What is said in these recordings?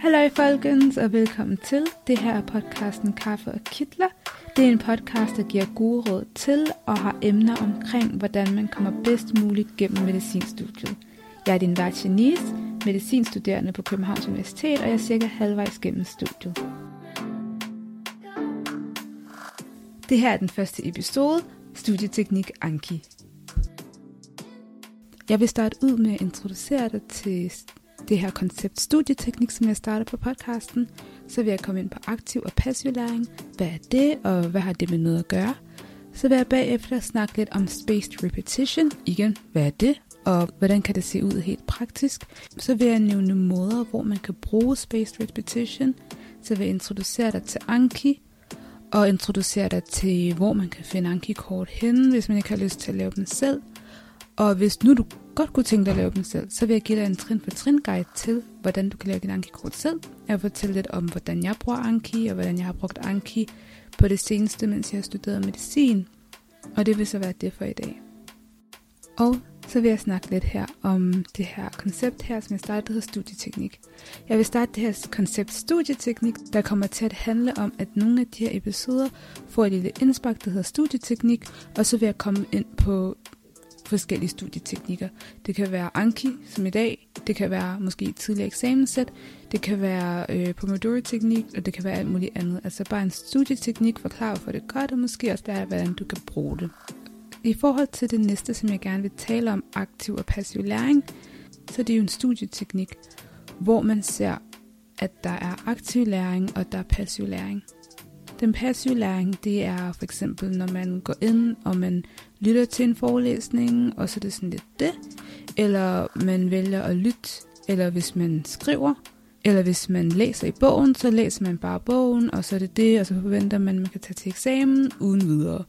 Halløj folkens, og velkommen til. Det her er podcasten Kaffe og Kitler. Det er en podcast, der giver gode råd til og har emner omkring, hvordan man kommer bedst muligt gennem medicinstudiet. Jeg er din vært Janice, medicinstuderende på Københavns Universitet, og jeg er cirka halvvejs gennem studiet. Det her er den første episode, Studieteknik Anki. Jeg vil starte ud med at introducere dig til det her koncept studieteknik, som jeg starter på podcasten. Så vil jeg komme ind på aktiv og passiv læring. Hvad er det, og hvad har det med noget at gøre? Så vil jeg bagefter snakke lidt om spaced repetition. Igen, hvad er det, og hvordan kan det se ud helt praktisk? Så vil jeg nævne måder, hvor man kan bruge spaced repetition. Så vil jeg introducere dig til Anki, og introducere dig til, hvor man kan finde Anki-kort henne, hvis man ikke har lyst til at lave dem selv. Og hvis nu du godt kunne tænke dig at lave dem selv, så vil jeg give dig en trin-for-trin guide til, hvordan du kan lave din Anki-kort selv. Jeg vil fortælle lidt om, hvordan jeg bruger Anki, og hvordan jeg har brugt Anki på det seneste, mens jeg har studeret medicin. Og det vil så være det for i dag. Og så vil jeg snakke lidt her om det her koncept her, som jeg startede, der hedder studieteknik. Jeg vil starte det her koncept studieteknik, der kommer til at handle om, at nogle af de her episoder får et lille indspark, der hedder studieteknik, og så vil jeg komme ind på forskellige studieteknikker. Det kan være Anki, som i dag. Det kan være måske tidligere eksamenssæt. Det kan være Pomodoro-teknik, og det kan være alt muligt andet. Altså bare en studieteknik, forklare for det godt, og måske også lære, hvordan du kan bruge det. I forhold til det næste, som jeg gerne vil tale om, aktiv og passiv læring, så er det jo en studieteknik, hvor man ser, at der er aktiv læring, og der er passiv læring. Den passive læring, det er for eksempel, når man går ind, og man lytter til en forelæsning, og så er det sådan lidt det. Eller man vælger at lytte, eller hvis man skriver, eller hvis man læser i bogen, så læser man bare bogen, og så er det det, og så forventer man, at man kan tage til eksamen uden videre.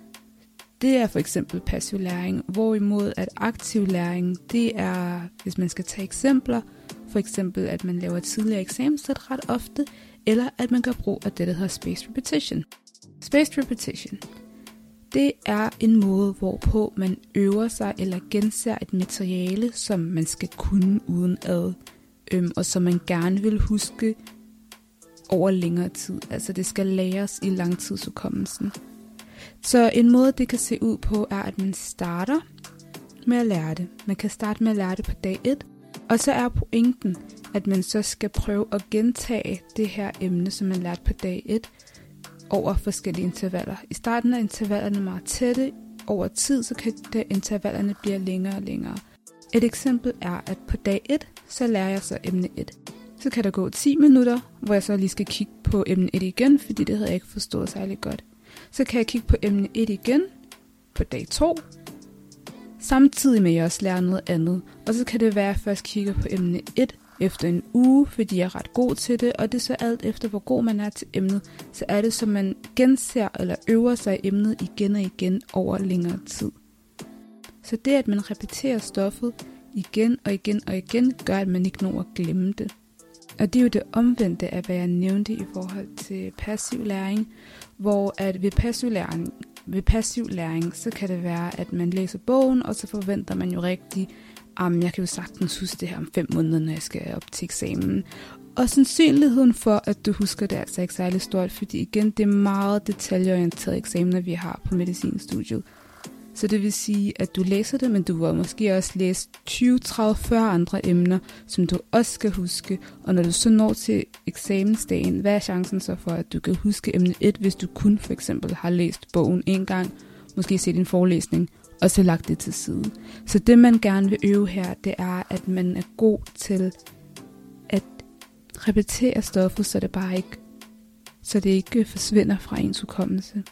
Det er for eksempel passiv læring, hvorimod at aktiv læring, det er, hvis man skal tage eksempler, for eksempel at man laver tidligere eksamenssæt ret ofte, eller at man gør brug af det, der hedder spaced repetition. Spaced repetition, det er en måde, hvorpå man øver sig eller genser et materiale, som man skal kunne uden ad, og som man gerne vil huske over længere tid. Altså det skal læres i langtidshukommelsen. Så en måde, det kan se ud på, er, at man starter med at lære det. Man kan starte med at lære det på dag 1, og så er pointen, at man så skal prøve at gentage det her emne, som man lærte på dag 1, over forskellige intervaller. I starten er intervallerne meget tætte. Over tid, så kan intervallerne blive længere og længere. Et eksempel er, at på dag 1, så lærer jeg så emne 1. Så kan der gå 10 minutter, hvor jeg så lige skal kigge på emne 1 igen, fordi det havde jeg ikke forstået særlig godt. Så kan jeg kigge på emne 1 igen på dag 2, samtidig med at jeg også lærer noget andet. Og så kan det være, at jeg først kigger på emne 1 efter en uge, fordi jeg er ret god til det, og det er så alt efter, hvor god man er til emnet, så er det, som man genser eller øver sig i emnet igen og igen over længere tid. Så det, at man repeterer stoffet igen og igen og igen, gør, at man ikke når at glemme det. Og det er jo det omvendte af, hvad jeg nævnte i forhold til passiv læring, hvor at ved passiv læring, så kan det være, at man læser bogen, og så forventer man jo rigtig, jeg kan jo sagtens huske det her om 5 måneder, når jeg skal op til eksamen. Og sandsynligheden for, at du husker det, er altså ikke særlig stort, fordi igen, det er meget detaljeorienterede eksamener, vi har på medicinstudiet. Så det vil sige, at du læser det, men du vil måske også læse 20, 30, 40 andre emner, som du også skal huske. Og når du så når til eksamensdagen, hvad er chancen så for, at du kan huske emne 1, hvis du kun for eksempel har læst bogen en gang, måske set en forelæsning, og så lagt det til side. Så det, man gerne vil øve her, det er, at man er god til at repetere stoffet, så det ikke forsvinder fra ens hukommelse.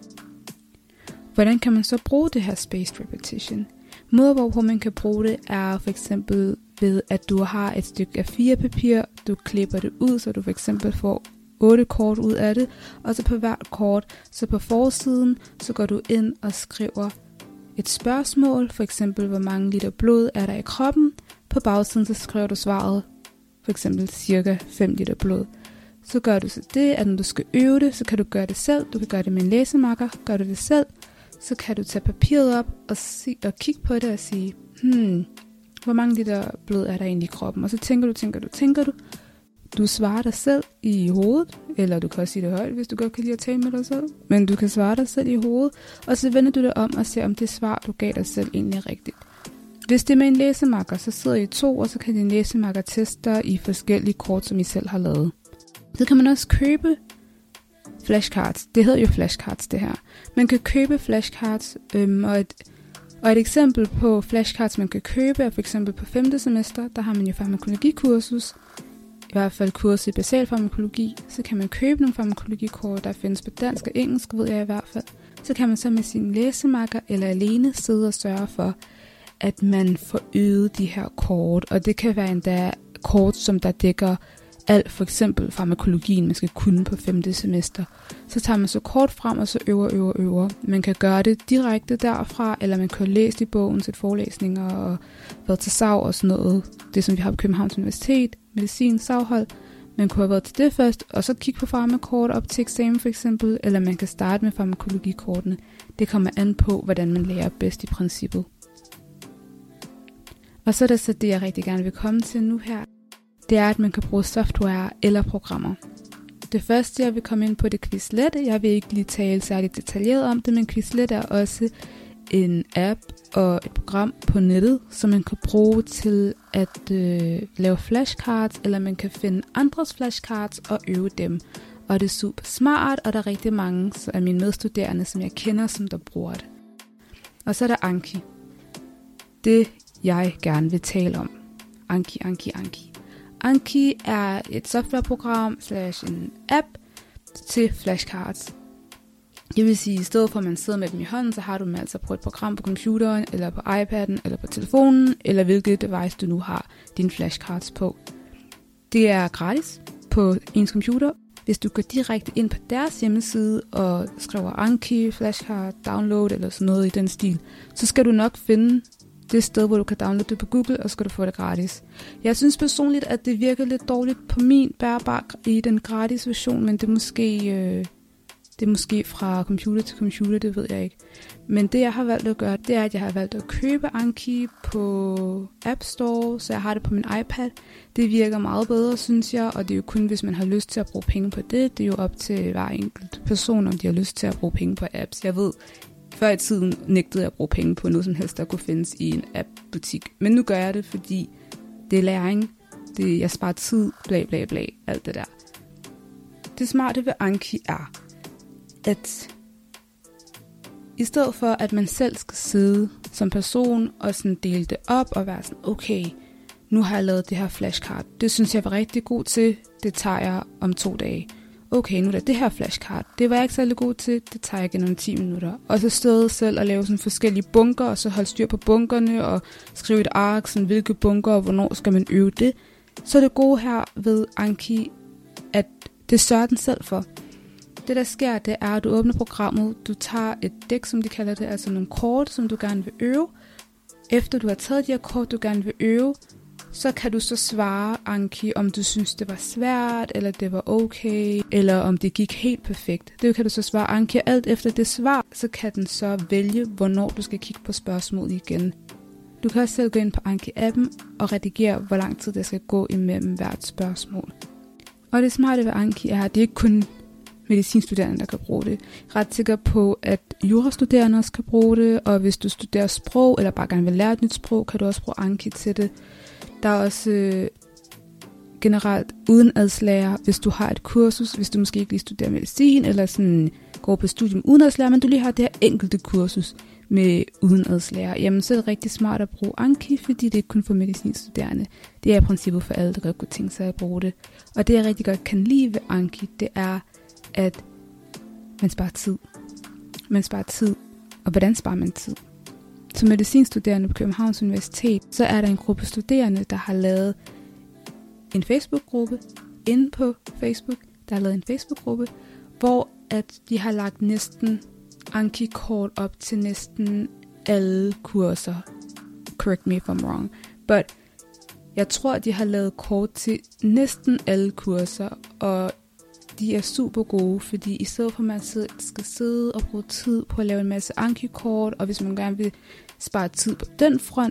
Hvordan kan man så bruge det her spaced repetition? Måder, hvorpå man kan bruge det, er for eksempel ved, at du har et stykke A4-papir, du klipper det ud, så du for eksempel får 8 kort ud af det, og så på hvert kort, så på forsiden, så går du ind og skriver et spørgsmål, for eksempel hvor mange liter blod er der i kroppen. På bagsiden, så skriver du svaret, for eksempel cirka 5 liter blod. Så gør du så det, at når du skal øve det, så kan du gøre det selv. Du kan gøre det med en læsemarker. Gør du det selv, så kan du tage papiret op og kigge på det og sige, hvor mange liter blod er der egentlig i kroppen? Og så tænker du. Du svarer dig selv i hovedet, eller du kan også sige det højt, hvis du godt kan lide at tale med dig selv. Men du kan svare dig selv i hovedet, og så vender du det om og ser, om det svar, du gav dig selv, egentlig er rigtigt. Hvis det er med en læsemakker, så sidder I 2, og så kan din læsemakker teste dig i forskellige kort, som I selv har lavet. Så kan man også købe flashcards. Det hedder jo flashcards, det her. Man kan købe flashcards, og et eksempel på flashcards, man kan købe, er for eksempel på 5. semester, der har man jo farmakologikursus, i hvert fald kurset i basal farmakologi, så kan man købe nogle farmakologikort, der findes på dansk og engelsk, ved jeg i hvert fald. Så kan man så med sin læsemakker eller alene sidde og sørge for, at man får øget de her kort, og det kan være endda kort, som der dækker alt, for eksempel farmakologien, man skal kunne på 5. semester. Så tager man så kort frem, og så øver. Man kan gøre det direkte derfra, eller man kan læse i bogen, sætte forelæsninger og været til SAG og sådan noget. Det som vi har på Københavns Universitet, medicin, SAG-hold. Man kunne have været til det først, og så kigge på farmakort op til eksamen for eksempel, eller man kan starte med farmakologikortene. Det kommer an på, hvordan man lærer bedst i princippet. Og så er det så det, jeg rigtig gerne vil komme til nu her. Det er, at man kan bruge software eller programmer. Det første, jeg vil komme ind på, det er Quizlet. Jeg vil ikke lige tale særligt detaljeret om det, men Quizlet er også en app og et program på nettet, som man kan bruge til at lave flashcards, eller man kan finde andres flashcards og øve dem. Og det er super smart, og der er rigtig mange af mine medstuderende, som jeg kender, som der bruger det. Og så er der Anki. Det, jeg gerne vil tale om. Anki. Anki er et softwareprogram / en app til flashcards. Det vil sige, at i stedet for at man sidder med dem i hånden, så har du dem altså på et program på computeren, eller på iPad'en, eller på telefonen, eller hvilket device du nu har dine flashcards på. Det er gratis på ens computer. Hvis du går direkte ind på deres hjemmeside og skriver Anki, flashcard, download eller sådan noget i den stil, så skal du nok finde det sted, hvor du kan downloade det på Google, og så skal du få det gratis. Jeg synes personligt, at det virker lidt dårligt på min bærbar i den gratis version, men det er måske fra computer til computer, det ved jeg ikke. Men det, jeg har valgt at gøre, det er, at jeg har valgt at købe Anki på App Store, så jeg har det på min iPad. Det virker meget bedre, synes jeg, og det er jo kun, hvis man har lyst til at bruge penge på det. Det er jo op til hver enkelt person, om de har lyst til at bruge penge på apps. Jeg ved, før i tiden nægtede jeg at bruge penge på noget som helst, der kunne findes i en app-butik. Men nu gør jeg det, fordi det er læring, jeg sparer tid, bla bla bla, alt det der. Det smarte ved Anki er, at i stedet for, at man selv skal sidde som person og sådan dele det op og være sådan, okay, nu har jeg lavet det her flashcard. Det synes jeg var rigtig god til. Det tager jeg om 2 dage. Okay, nu er det her flashcard. Det var jeg ikke særlig god til. Det tager jeg igen om 10 minutter. Og så stod selv og lave sådan forskellige bunker, og så holde styr på bunkerne og skrive et ark, sådan hvilke bunker og hvornår skal man øve det. Så det gode her ved Anki, at det sørger den selv for. Det der sker, det er, at du åbner programmet, du tager et dæk, som de kalder det, altså nogle kort, som du gerne vil øve. Efter du har taget de her kort, du gerne vil øve, så kan du så svare Anki, om du synes, det var svært, eller det var okay, eller om det gik helt perfekt. Det kan du så svare Anki, og alt efter det svar, så kan den så vælge, hvornår du skal kigge på spørgsmålet igen. Du kan også selv gå ind på Anki-appen og redigere, hvor lang tid der skal gå imellem hvert spørgsmål. Og det smarte ved Anki er, at det ikke kun medicinstuderende, der kan bruge det. Jeg er ret sikker på, at jurastuderende også kan bruge det, og hvis du studerer sprog, eller bare gerne vil lære et nyt sprog, kan du også bruge Anki til det. Der er også generelt udenadslærer, hvis du har et kursus, hvis du måske ikke lige studerer medicin, eller sådan går på studium udenadslærer, men du lige har det her enkelte kursus med udenadslærer, jamen så er det rigtig smart at bruge Anki, fordi det er ikke kun for medicinstuderende. Det er i princippet for alle, der godt kunne tænke sig at bruge det. Og det jeg rigtig godt kan lide ved Anki, det er, at man sparer tid. Man sparer tid. Og hvordan sparer man tid? Som medicinstuderende på Københavns Universitet, så er der en gruppe studerende, der har lavet en Facebook-gruppe inde på Facebook. Der har lavet en Facebook-gruppe, hvor at de har lagt næsten Anki-kort op til næsten alle kurser. Correct me if I'm wrong. But jeg tror, de har lavet kort til næsten alle kurser, og de er super gode, fordi i stedet for at man skal sidde og bruge tid på at lave en masse Anki-kort, og hvis man gerne vil spare tid på den front,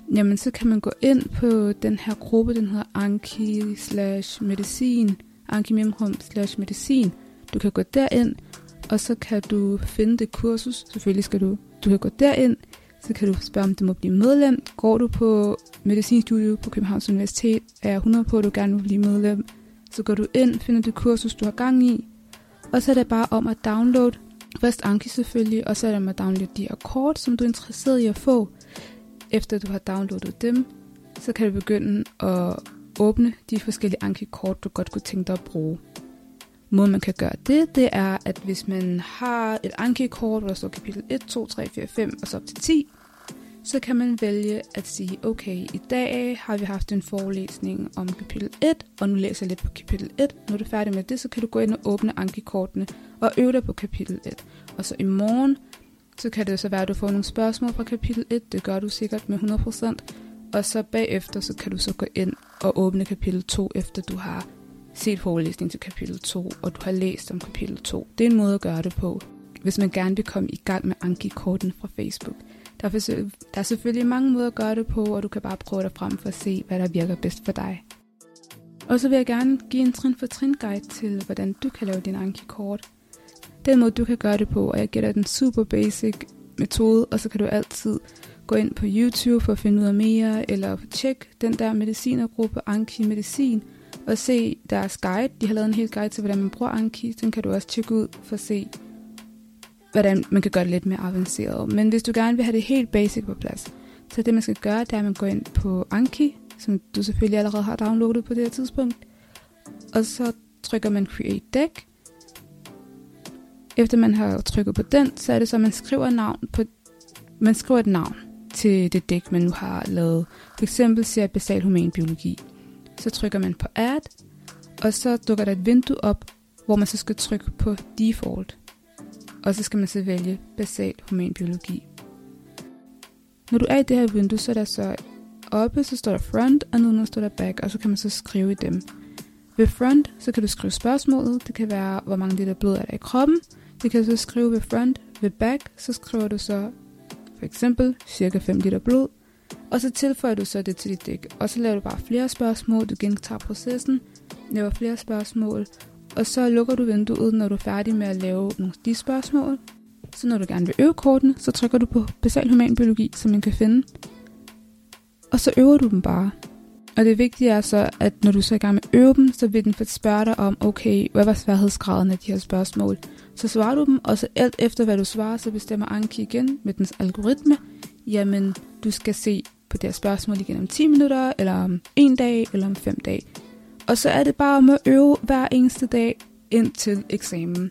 jamen så kan man gå ind på den her gruppe, den hedder Anki/medicin, Anki-medicin. Du kan gå derind, og så kan du finde det kursus. Selvfølgelig skal du kan gå derind, så kan du spørge, om du må blive medlem. Går du på medicinstudiet på Københavns Universitet, er jeg 100 på, at du gerne vil blive medlem. Så går du ind, finder det kursus, du har gang i, og så er det bare om at downloade. Først Anki selvfølgelig, og så er det om at downloade de her kort, som du er interesseret i at få. Efter du har downloadet dem, så kan du begynde at åbne de forskellige Anki-kort, du godt kunne tænke dig at bruge. Måden man kan gøre det er, at hvis man har et Anki-kort, hvor der står kapitel 1, 2, 3, 4, 5 og så op til 10, så kan man vælge at sige, okay, i dag har vi haft en forelæsning om kapitel 1, og nu læser jeg lidt på kapitel 1. Når du er færdig med det, så kan du gå ind og åbne Anki-kortene og øve dig på kapitel 1. Og så i morgen, så kan det så være, at du får nogle spørgsmål fra kapitel 1. Det gør du sikkert med 100%. Og så bagefter, så kan du så gå ind og åbne kapitel 2, efter du har set forelæsning til kapitel 2, og du har læst om kapitel 2. Det er en måde at gøre det på, hvis man gerne vil komme i gang med Anki-korten fra Facebook. Der er selvfølgelig mange måder at gøre det på, og du kan bare prøve dig frem for at se, hvad der virker bedst for dig. Og så vil jeg gerne give en trin-for-trin guide til, hvordan du kan lave din Anki-kort. Den måde, du kan gøre det på, og jeg giver dig den super basic metode, og så kan du altid gå ind på YouTube for at finde ud af mere, eller tjekke den der medicinergruppe Anki Medicin, og se deres guide. De har lavet en hel guide til, hvordan man bruger Anki. Den kan du også tjekke ud for at se, hvordan man kan gøre det lidt mere avanceret. Men hvis du gerne vil have det helt basic på plads, så det man skal gøre, det er, at man går ind på Anki, som du selvfølgelig allerede har downloadet på det her tidspunkt, og så trykker man Create Deck. Efter man har trykket på den, så er det så, at man skriver et navn til det dæk, man nu har lavet. For eksempel siger jeg basal human biologi. Så trykker man på Add, og så dukker der et vindue op, hvor man så skal trykke på Default. Og så skal man så vælge basal human biologi. Når du er i det her vindue, så er der så oppe, så står der front, og nedenunder står der back, og så kan man så skrive i dem. Ved front, så kan du skrive spørgsmålet. Det kan være, hvor mange liter blod er der i kroppen. Det kan du så skrive ved front. Ved back, så skriver du så for eksempel cirka 5 liter blod. Og så tilføjer du så det til dit dæk. Og så laver du bare flere spørgsmål. Du gentager processen, laver flere spørgsmål. Og så lukker du vinduet, når du er færdig med at lave nogle af de spørgsmål. Så når du gerne vil øve kortene, så trykker du på basal human biologi, som man kan finde. Og så øver du dem bare. Og det vigtige er så, at når du så er i gang med at øve dem, så vil den spørge dig om, okay, hvad var sværhedsgraden af de her spørgsmål? Så svarer du dem, og så alt efter hvad du svarer, så bestemmer Anki igen med dens algoritme, jamen du skal se på det her spørgsmål igen om 10 minutter, eller om 1 dag, eller om 5 dage. Og så er det bare om at øve hver eneste dag indtil eksamen.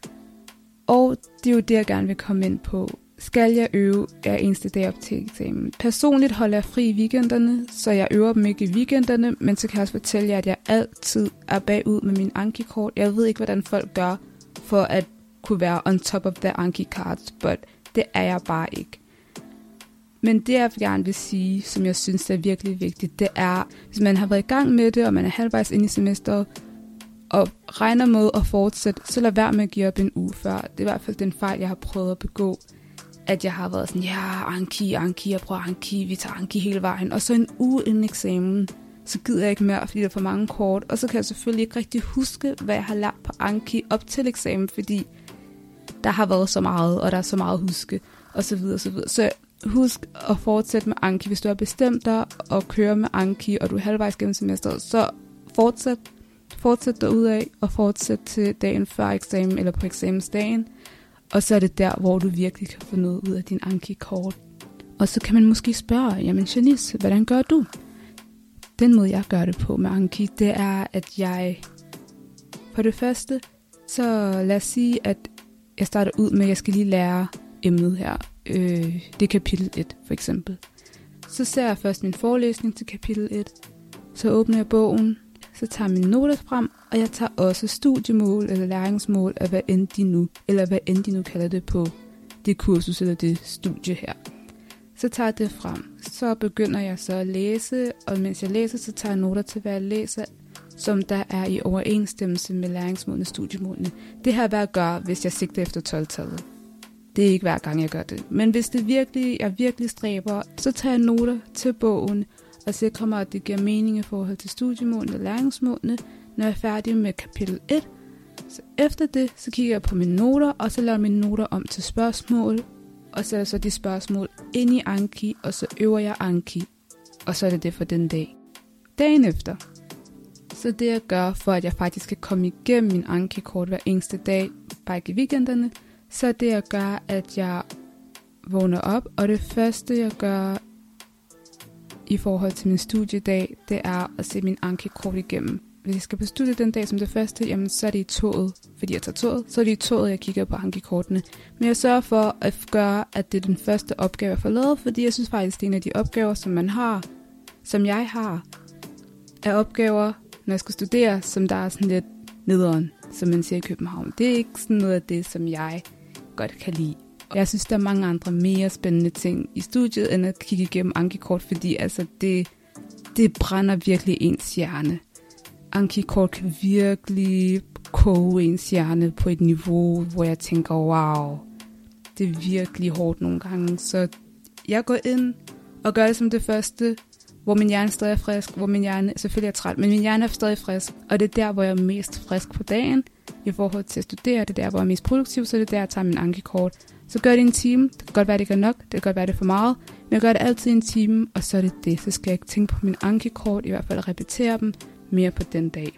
Og det er jo det, jeg gerne vil komme ind på. Skal jeg øve hver eneste dag op til eksamen? Personligt holder jeg fri i weekenderne, så jeg øver dem ikke i weekenderne, men så kan jeg også fortælle jer, at jeg altid er bagud med min Anki-kort. Jeg ved ikke, hvordan folk gør for at kunne være on top of their Anki-cards, but det er jeg bare ikke. Men det, jeg gerne vil sige, som jeg synes er virkelig vigtigt, det er, hvis man har været i gang med det, og man er halvvejs inde i semesteret, og regner med at fortsætte, så lad være med at give op en uge før. Det er i hvert fald den fejl, jeg har prøvet at begå. At jeg har været sådan, ja, Anki, jeg prøver Anki, vi tager Anki hele vejen. Og så en uge inden eksamen, så gider jeg ikke mere, fordi der er for mange kort. Og så kan jeg selvfølgelig ikke rigtig huske, hvad jeg har lært på Anki op til eksamen, fordi der har været så meget, og der er så meget at huske, og så videre, og så videre. Så husk at fortsætte med Anki. Hvis du har bestemt dig at køre med Anki, og du er halvvejs gennem semesteret, så fortsæt derudad, og fortsæt til dagen før eksamen, eller på eksamensdagen. Og så er det der, hvor du virkelig kan få noget ud af din Anki-kort. Og så kan man måske spørge, jamen Janice, hvordan gør du? Den måde, jeg gør det på med Anki, det er, at jeg for det første, så lad os sige, at jeg starter ud med, at jeg skal lige lære emnet her. Det er kapitel 1, for eksempel. Så ser jeg først min forelæsning til kapitel 1. Så åbner jeg bogen, så tager jeg mine noter frem, og jeg tager også studiemål eller læringsmål af hvad end de nu kalder det på det kursus eller det studie her. Så tager jeg det frem. Så begynder jeg så at læse, og mens jeg læser, så tager jeg noter til, hvad jeg læser, som der er i overensstemmelse med læringsmålene og studiemålene. Det her er hvad jeg gør, hvis jeg sigter efter 12-tallet. Det er ikke hver gang, jeg gør det. Men hvis det jeg virkelig stræber, så tager jeg noter til bogen og sikrer mig, at det giver mening i forhold til studiemålene og læringsmålene, når jeg er færdig med kapitel 1. Så efter det, så kigger jeg på mine noter, og så laver mine noter om til spørgsmål, og sætter så de spørgsmål ind i Anki, og så øver jeg Anki, og så er det for den dag. Dagen efter, så det jeg gør, for at jeg faktisk kan komme igennem min Anki-kort hver eneste dag, bare ikke i weekenderne, så det jeg gør, at jeg vågner op, og det første jeg gør i forhold til min studiedag, det er at se min Anki-kort igennem. Hvis jeg skal på studie den dag som det første, jamen så er det i toget, fordi jeg tager toget, så er det i toget, jeg kigger på Anki-kortene. Men jeg sørger for at gøre, at det er den første opgave, jeg får lavet, fordi jeg synes faktisk, det er en af de opgaver, som jeg har, af opgaver, når jeg skal studere, som der er sådan lidt nederen, som man siger i København. Det er ikke sådan noget af det, som jeg godt kan lide. Jeg synes, der er mange andre mere spændende ting i studiet, end at kigge igennem Anki-kort, fordi altså, det brænder virkelig ens hjerne. Anki-kort kan virkelig koge ens hjerne på et niveau, hvor jeg tænker, wow, det er virkelig hårdt nogle gange. Så jeg går ind og gør det som det første, hvor min hjerne stadig er frisk, hvor min hjerne selvfølgelig er træt, men min hjerne er stadig frisk, og det er der, hvor jeg er mest frisk på dagen i forhold til at studere. Det er der, hvor jeg er mest produktiv, så det er der, jeg tager min Anki-kort. Så gør det en time. Det kan godt være, det ikke er nok. Det kan godt være, det er for meget. Men jeg gør det altid en time, og så er det det. Så skal jeg ikke tænke på min Anki-kort, i hvert fald repetere dem mere på den dag.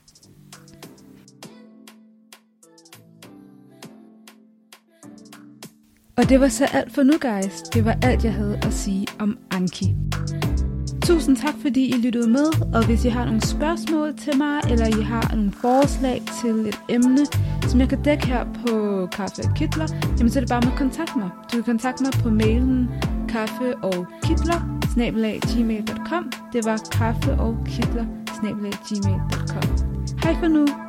Og det var så alt for nu, guys. Det var alt, jeg havde at sige om Anki. Tusind tak, fordi I lyttede med, og hvis I har nogle spørgsmål til mig, eller I har nogle forslag til et emne, som jeg kan dække her på Kaffe og Kitler, jamen så er det bare med at kontakte mig. Du kan kontakte mig på mailen kaffeogkitler@gmail.com. Det var kaffeogkitler@gmail.com. Hej for nu!